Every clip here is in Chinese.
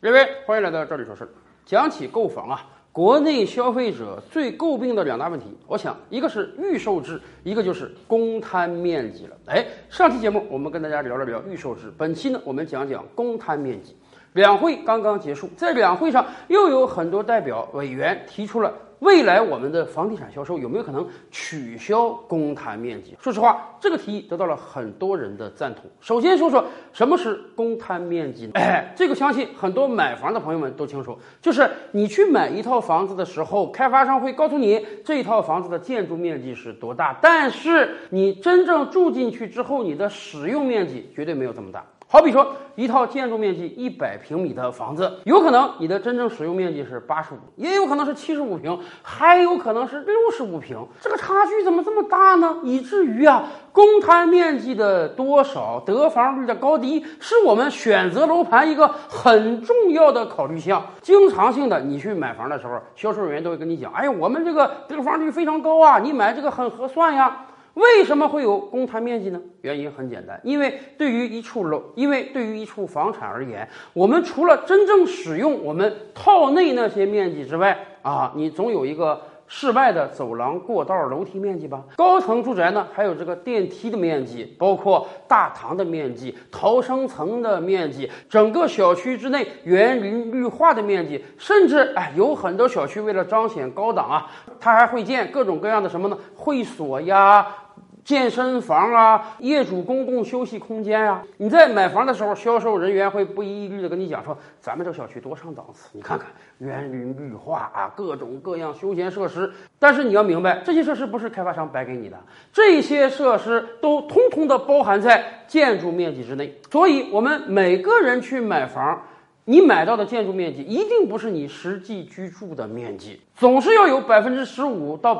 各位，欢迎来到这里说事儿。讲起购房啊，国内消费者最诟病的两大问题，我想一个是预售制，一个就是公摊面积了。上期节目我们跟大家聊了聊预售制，本期呢我们讲讲公摊面积。两会刚刚结束，在两会上又有很多代表委员提出了未来我们的房地产销售有没有可能取消公摊面积？说实话，这个提议得到了很多人的赞同。首先说说什么是公摊面积呢？这个相信很多买房的朋友们都清楚，就是你去买一套房子的时候，开发商会告诉你这一套房子的建筑面积是多大，但是你真正住进去之后，你的使用面积绝对没有这么大。好比说，一套建筑面积100平米的房子，有可能你的真正使用面积是85，也有可能是75平，还有可能是65平。这个差距怎么这么大呢？以至于公摊面积的多少、得房率的高低，是我们选择楼盘一个很重要的考虑项。经常性的，你去买房的时候，销售人员都会跟你讲：“哎呀，我们这个得房率非常高啊，你买这个很合算呀。”为什么会有公摊面积呢？原因很简单，因为对于一处房产而言，我们除了真正使用我们套内那些面积之外你总有一个室外的走廊、过道、楼梯面积吧。高层住宅呢，还有这个电梯的面积，包括大堂的面积、逃生层的面积，整个小区之内园林绿化的面积，甚至有很多小区为了彰显高档它还会建各种各样的什么呢？会所呀、健身房业主公共休息空间你在买房的时候，销售人员会不遗余力的跟你讲说，咱们这个小区多上档次，你看看园林绿化各种各样休闲设施。但是你要明白，这些设施不是开发商白给你的，这些设施都通通的包含在建筑面积之内。所以我们每个人去买房，你买到的建筑面积一定不是你实际居住的面积，总是要有15%到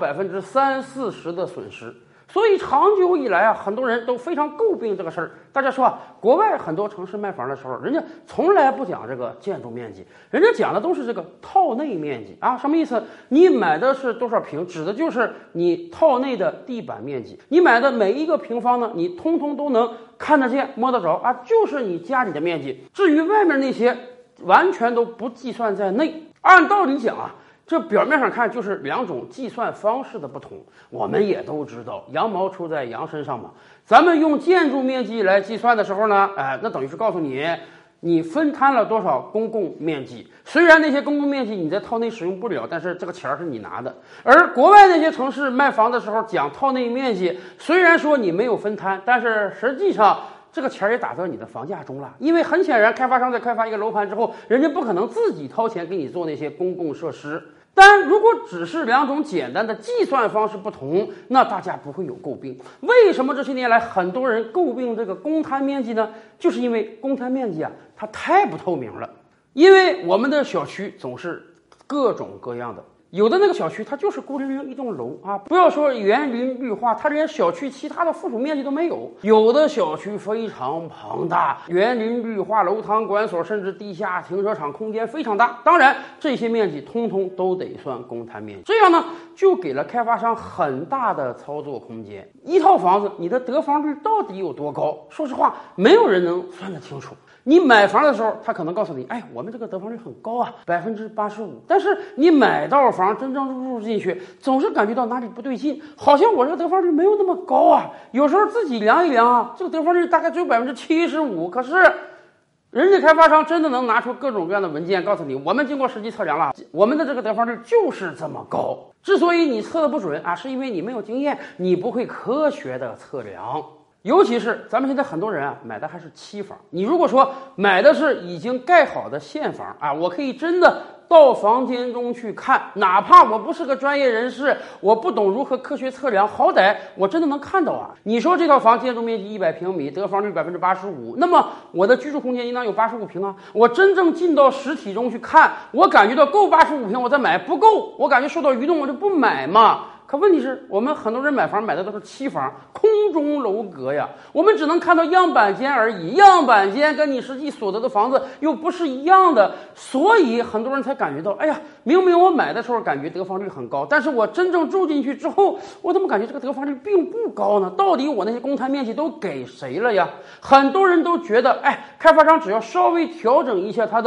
30-40%的损失。所以长久以来很多人都非常诟病这个事儿。大家说国外很多城市卖房的时候，人家从来不讲这个建筑面积，人家讲的都是这个套内面积什么意思？你买的是多少平，指的就是你套内的地板面积。你买的每一个平方呢，你通通都能看得见、摸得着就是你家里的面积。至于外面那些，完全都不计算在内。按道理讲这表面上看就是两种计算方式的不同。我们也都知道，羊毛出在羊身上嘛。咱们用建筑面积来计算的时候呢，那等于是告诉你分摊了多少公共面积。虽然那些公共面积你在套内使用不了，但是这个钱是你拿的。而国外那些城市卖房的时候讲套内面积，虽然说你没有分摊，但是实际上这个钱也打到你的房价中了。因为很显然，开发商在开发一个楼盘之后，人家不可能自己掏钱给你做那些公共设施。但如果只是两种简单的计算方式不同，那大家不会有诟病。为什么这些年来很多人诟病这个公摊面积呢？就是因为公摊面积它太不透明了。因为我们的小区总是各种各样的，有的那个小区它就是孤零零一栋楼不要说园林绿化，它连小区其他的附属面积都没有。有的小区非常庞大，园林绿化、楼堂馆所，甚至地下停车场空间非常大。当然这些面积通通都得算公摊面积，这样呢就给了开发商很大的操作空间。一套房子你的得房率到底有多高？说实话，没有人能算得清楚。你买房的时候，他可能告诉你，我们这个得房率很高85%，但是你买到房真正入住进去，总是感觉到哪里不对劲，好像我这个得房率没有那么高有时候自己量一量这个得房率大概只有75%，可是人家开发商真的能拿出各种各样的文件告诉你，我们经过实际测量了，我们的这个得房率就是这么高。之所以你测的不准是因为你没有经验，你不会科学的测量。尤其是咱们现在很多人买的还是期房，你如果说买的是已经盖好的现房我可以真的到房间中去看，哪怕我不是个专业人士，我不懂如何科学测量，好歹我真的能看到你说这套房建筑面积100平米，得房率85%，那么我的居住空间应当有85平我真正进到实体中去看，我感觉到够85平我再买，不够我感觉受到愚动我就不买嘛。可问题是我们很多人买房买的都是期房，空中楼阁我们只能看到样板间而已，样板间跟你实际所得的房子又不是一样的，所以很多人才感觉到，明明我买的时候感觉得房率很高，但是我真正住进去之后，我怎么感觉这个得房率并不高呢？到底我那些公摊面积都给谁了呀？很多人都觉得，开发商只要稍微调整一下它的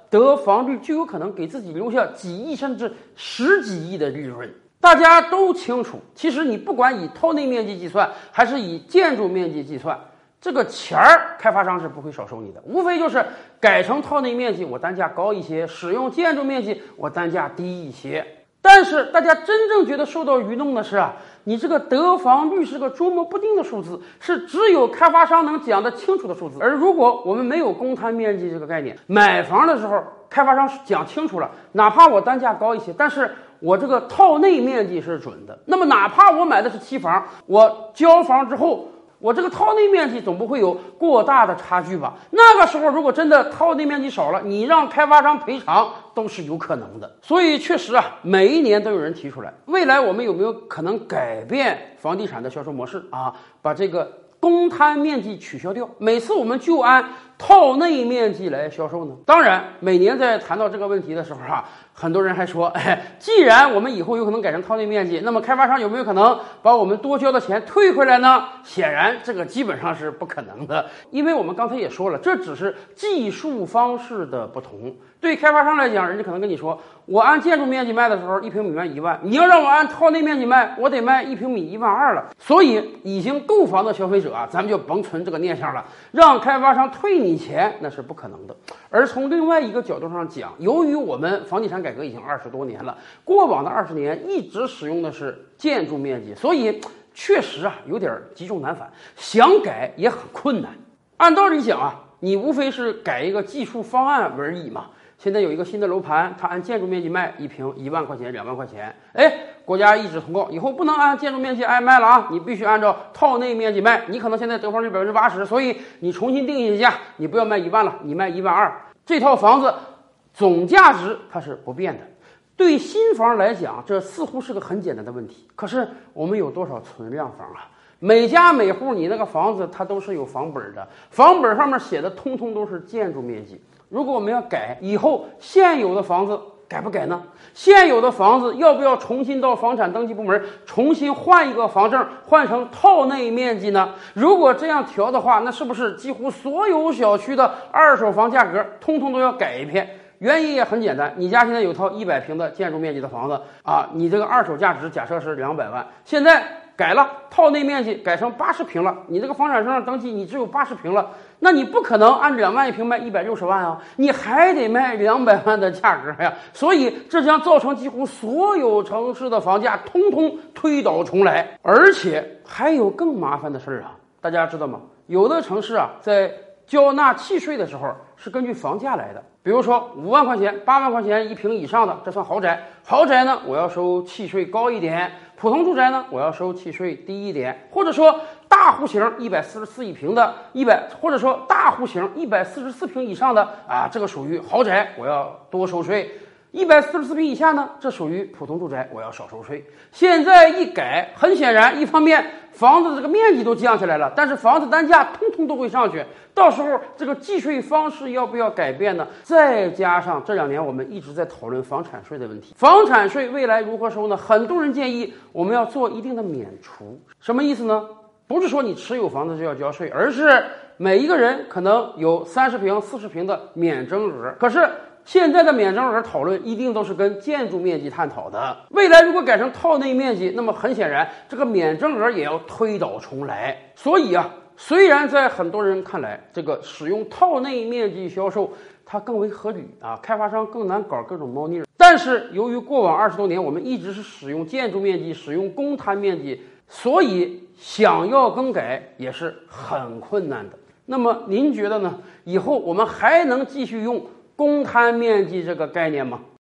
得房率就有可能给自己留下几亿甚至十几亿的利润。大家都清楚，其实你不管以套内面积计算，还是以建筑面积计算，这个钱儿开发商是不会少收你的，无非就是改成套内面积我单价高一些，使用建筑面积我单价低一些。但是大家真正觉得受到愚弄的是你这个得房率是个捉摸不定的数字，是只有开发商能讲得清楚的数字。而如果我们没有公摊面积这个概念，买房的时候开发商讲清楚了，哪怕我单价高一些，但是我这个套内面积是准的，那么哪怕我买的是期房，我交房之后我这个套内面积总不会有过大的差距吧？那个时候如果真的套内面积少了，你让开发商赔偿都是有可能的。所以确实每一年都有人提出来，未来我们有没有可能改变房地产的销售模式把这个公摊面积取消掉，每次我们就按套内面积来销售呢？当然，每年在谈到这个问题的时候很多人还说，既然我们以后有可能改成套内面积，那么开发商有没有可能把我们多交的钱退回来呢？显然这个基本上是不可能的，因为我们刚才也说了，这只是计数方式的不同。对开发商来讲，人家可能跟你说，我按建筑面积卖的时候1平米卖1万，你要让我按套内面积卖，我得卖1平米1万2了。所以已经购房的消费者咱们就甭存这个念想了，让开发商退你钱那是不可能的。而从另外一个角度上讲，由于我们房地产改革已经20多年了，过往的20年一直使用的是建筑面积，所以确实有点积重难返，想改也很困难。按道理讲你无非是改一个计数方案而已嘛。现在有一个新的楼盘，它按建筑面积卖1平1万块钱、2万块钱，国家一纸通告，以后不能按建筑面积卖了你必须按照套内面积卖。你可能现在得房率80%，所以你重新定一下价，你不要卖1万了，你卖1万2。这套房子总价值它是不变的。对新房来讲，这似乎是个很简单的问题。可是我们有多少存量房每家每户你那个房子它都是有房本的，房本上面写的通通都是建筑面积。如果我们要改，以后现有的房子改不改呢？现有的房子要不要重新到房产登记部门重新换一个房证，换成套内面积呢？如果这样调的话，那是不是几乎所有小区的二手房价格通通都要改一遍？原因也很简单，你家现在有套100平的建筑面积的房子你这个二手价值假设是200万，现在改了套内面积改成80平了，你这个房产证上登记你只有80平了，那你不可能按2万一平卖160万你还得卖200万的价格呀。所以这将造成几乎所有城市的房价通通推倒重来。而且还有更麻烦的事大家知道吗？有的城市在交纳契税的时候是根据房价来的，比如说5万块钱、8万块钱一平以上的，这算豪宅。豪宅呢，我要收契税高一点；普通住宅呢，我要收契税低一点。或者说大户型144一平的或者说大户型144平以上的这个属于豪宅，我要多收税。144平以下呢，这属于普通住宅，我要少收税。现在一改，很显然，一方面房子这个面积都降下来了，但是房子单价通通都会上去，到时候这个计税方式要不要改变呢？再加上这2年我们一直在讨论房产税的问题，房产税未来如何收呢？很多人建议我们要做一定的免除，什么意思呢？不是说你持有房子就要交税，而是每一个人可能有30平、40平的免征额。可是现在的免征额讨论一定都是跟建筑面积探讨的，未来如果改成套内面积，那么很显然这个免征额也要推倒重来。所以虽然在很多人看来这个使用套内面积销售它更为合理开发商更难搞各种猫腻，但是由于过往20多年我们一直是使用建筑面积、使用公摊面积，所以想要更改也是很困难的。那么您觉得呢？以后我们还能继续用公摊面积这个概念吗？